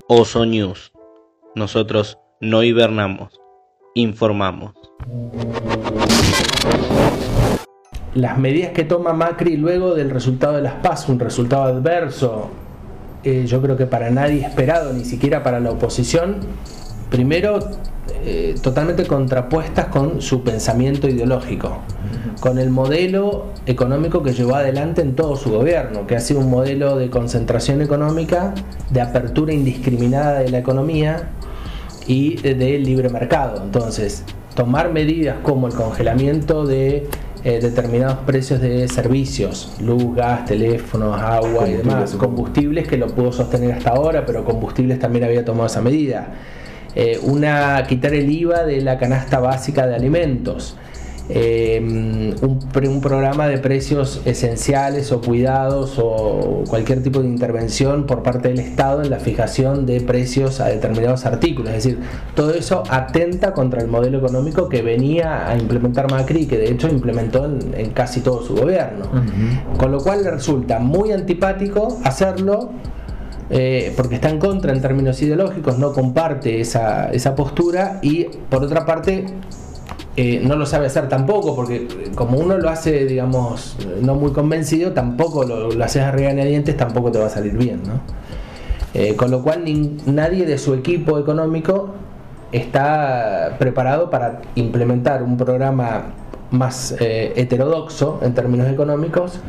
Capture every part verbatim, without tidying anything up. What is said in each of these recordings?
Oso News. Nosotros no hibernamos, informamos. Las medidas que toma Macri luego del resultado de las PASO, un resultado adverso, eh, yo creo que para nadie esperado, ni siquiera para la oposición, primero eh, totalmente contrapuestas con su pensamiento ideológico, con el modelo económico que llevó adelante en todo su gobierno, que ha sido un modelo de concentración económica, de apertura indiscriminada de la economía y de, de libre mercado. Entonces, tomar medidas como el congelamiento de eh, determinados precios de servicios, luz, gas, teléfonos, agua y demás, combustibles, que lo pudo sostener hasta ahora, pero combustibles también había tomado esa medida. Eh, una, quitar el I V A de la canasta básica de alimentos. Eh, un, un programa de precios esenciales o cuidados o cualquier tipo de intervención por parte del Estado en la fijación de precios a determinados artículos. Es decir, todo eso atenta contra el modelo económico que venía a implementar Macri y que de hecho implementó en, en casi todo su gobierno. Uh-huh. Con lo cual le resulta muy antipático hacerlo, Eh, porque está en contra en términos ideológicos, no comparte esa, esa postura, y por otra parte eh, no lo sabe hacer tampoco, porque como uno lo hace, digamos, no muy convencido, tampoco lo, lo haces a regañadientes, tampoco te va a salir bien, ¿no? Eh, con lo cual ni, nadie de su equipo económico está preparado para implementar un programa más eh, heterodoxo en términos económicos.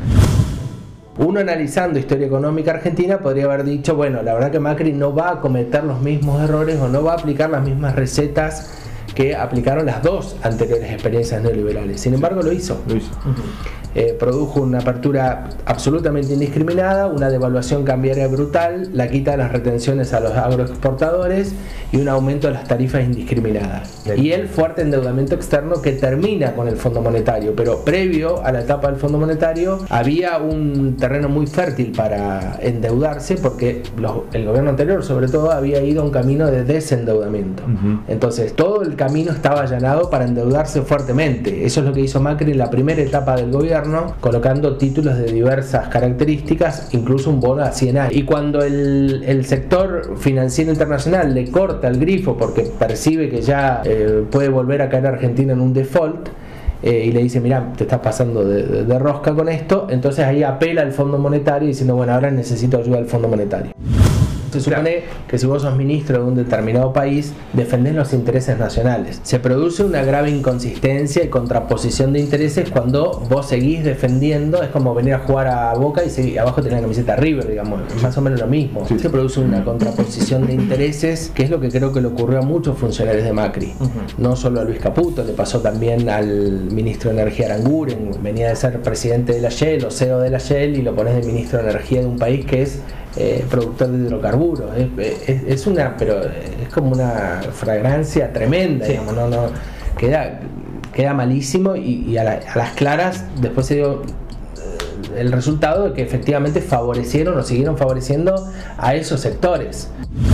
Uno, analizando historia económica argentina, podría haber dicho, bueno, la verdad que Macri no va a cometer los mismos errores o no va a aplicar las mismas recetas que aplicaron las dos anteriores experiencias neoliberales. Sin embargo, lo hizo. Lo hizo. Uh-huh. Eh, produjo una apertura absolutamente indiscriminada, una devaluación cambiaria brutal, la quita de las retenciones a los agroexportadores y un aumento de las tarifas indiscriminadas. Bien. Y el fuerte endeudamiento externo que termina con el Fondo Monetario, pero previo a la etapa del Fondo Monetario había un terreno muy fértil para endeudarse, porque los, el gobierno anterior sobre todo había ido a un camino de desendeudamiento. Uh-huh. Entonces todo el camino estaba allanado para endeudarse fuertemente. Eso es lo que hizo Macri en la primera etapa del gobierno, colocando títulos de diversas características, incluso un bono a cien años. Y cuando el, el sector financiero internacional le corta el grifo porque percibe que ya eh, puede volver a caer Argentina en un default, eh, y le dice, mirá, te estás pasando de, de, de rosca con esto, entonces ahí apela al Fondo Monetario diciendo, bueno, ahora necesito ayuda del Fondo Monetario. Se supone que si vos sos ministro de un determinado país, defendés los intereses nacionales. Se produce una grave inconsistencia y contraposición de intereses cuando vos seguís defendiendo. Es como venir a jugar a Boca y seguir, abajo tenés la camiseta River, digamos, es más o menos lo mismo. Sí. Se produce una contraposición de intereses, que es lo que creo que le ocurrió a muchos funcionarios de Macri. Uh-huh. No solo a Luis Caputo, le pasó también al ministro de Energía Aranguren. Venía de ser presidente de la Shell o C E O de la Shell y lo pones de ministro de Energía de un país que es Eh, productor de hidrocarburos. Es, es, es una, pero es como una fragancia tremenda, sí. Digamos, no, no, queda, queda malísimo y, y a, la, a las claras después se dio eh, el resultado de que efectivamente favorecieron o siguieron favoreciendo a esos sectores.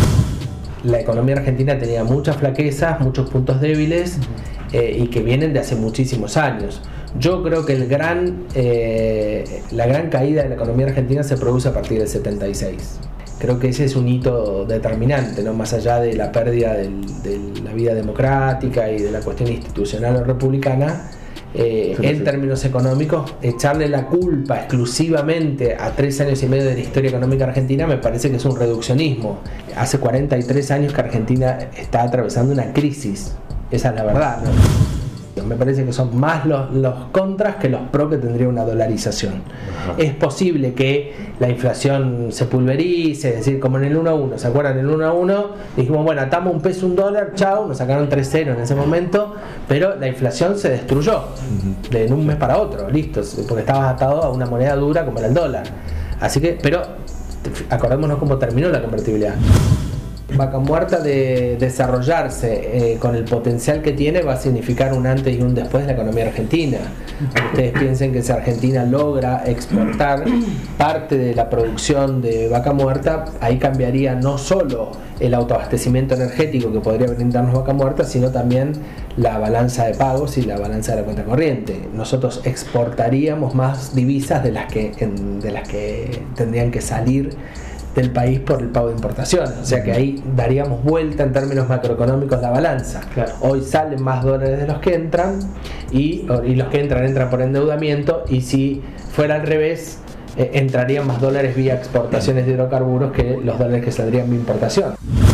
La economía argentina tenía muchas flaquezas, muchos puntos débiles, eh, y que vienen de hace muchísimos años. Yo creo que el gran, eh, la gran caída de la economía argentina se produce a partir del setenta y seis. Creo que ese es un hito determinante, ¿no? Más allá de la pérdida del, de la vida democrática y de la cuestión institucional o republicana, eh, sí, en sí. términos económicos, echarle la culpa exclusivamente a tres años y medio de la historia económica argentina me parece que es un reduccionismo. Hace cuarenta y tres años que Argentina está atravesando una crisis, esa es la verdad, ¿no? Me parece que son más los, los contras que los pros que tendría una dolarización. Ajá. Es posible que la inflación se pulverice, es decir, como en el uno a uno, ¿se acuerdan? En el uno a uno dijimos, bueno, atamos un peso, un dólar, chao, nos sacaron tres ceros en ese momento, pero la inflación se destruyó uh-huh. de un mes para otro, listo, porque estabas atado a una moneda dura como era el dólar. Así que, pero acordémonos cómo terminó la convertibilidad. Vaca Muerta, de desarrollarse eh, con el potencial que tiene, va a significar un antes y un después de la economía argentina. Ustedes piensen que si Argentina logra exportar parte de la producción de Vaca Muerta, ahí cambiaría no solo el autoabastecimiento energético que podría brindarnos Vaca Muerta, sino también la balanza de pagos y la balanza de la cuenta corriente. Nosotros exportaríamos más divisas de las que, en, de las que tendrían que salir del país por el pago de importaciones. O sea que ahí daríamos vuelta en términos macroeconómicos la balanza. Claro. Hoy salen más dólares de los que entran y, y los que entran entran por endeudamiento, y si fuera al revés, eh, entrarían más dólares vía exportaciones de hidrocarburos que los dólares que saldrían vía importación.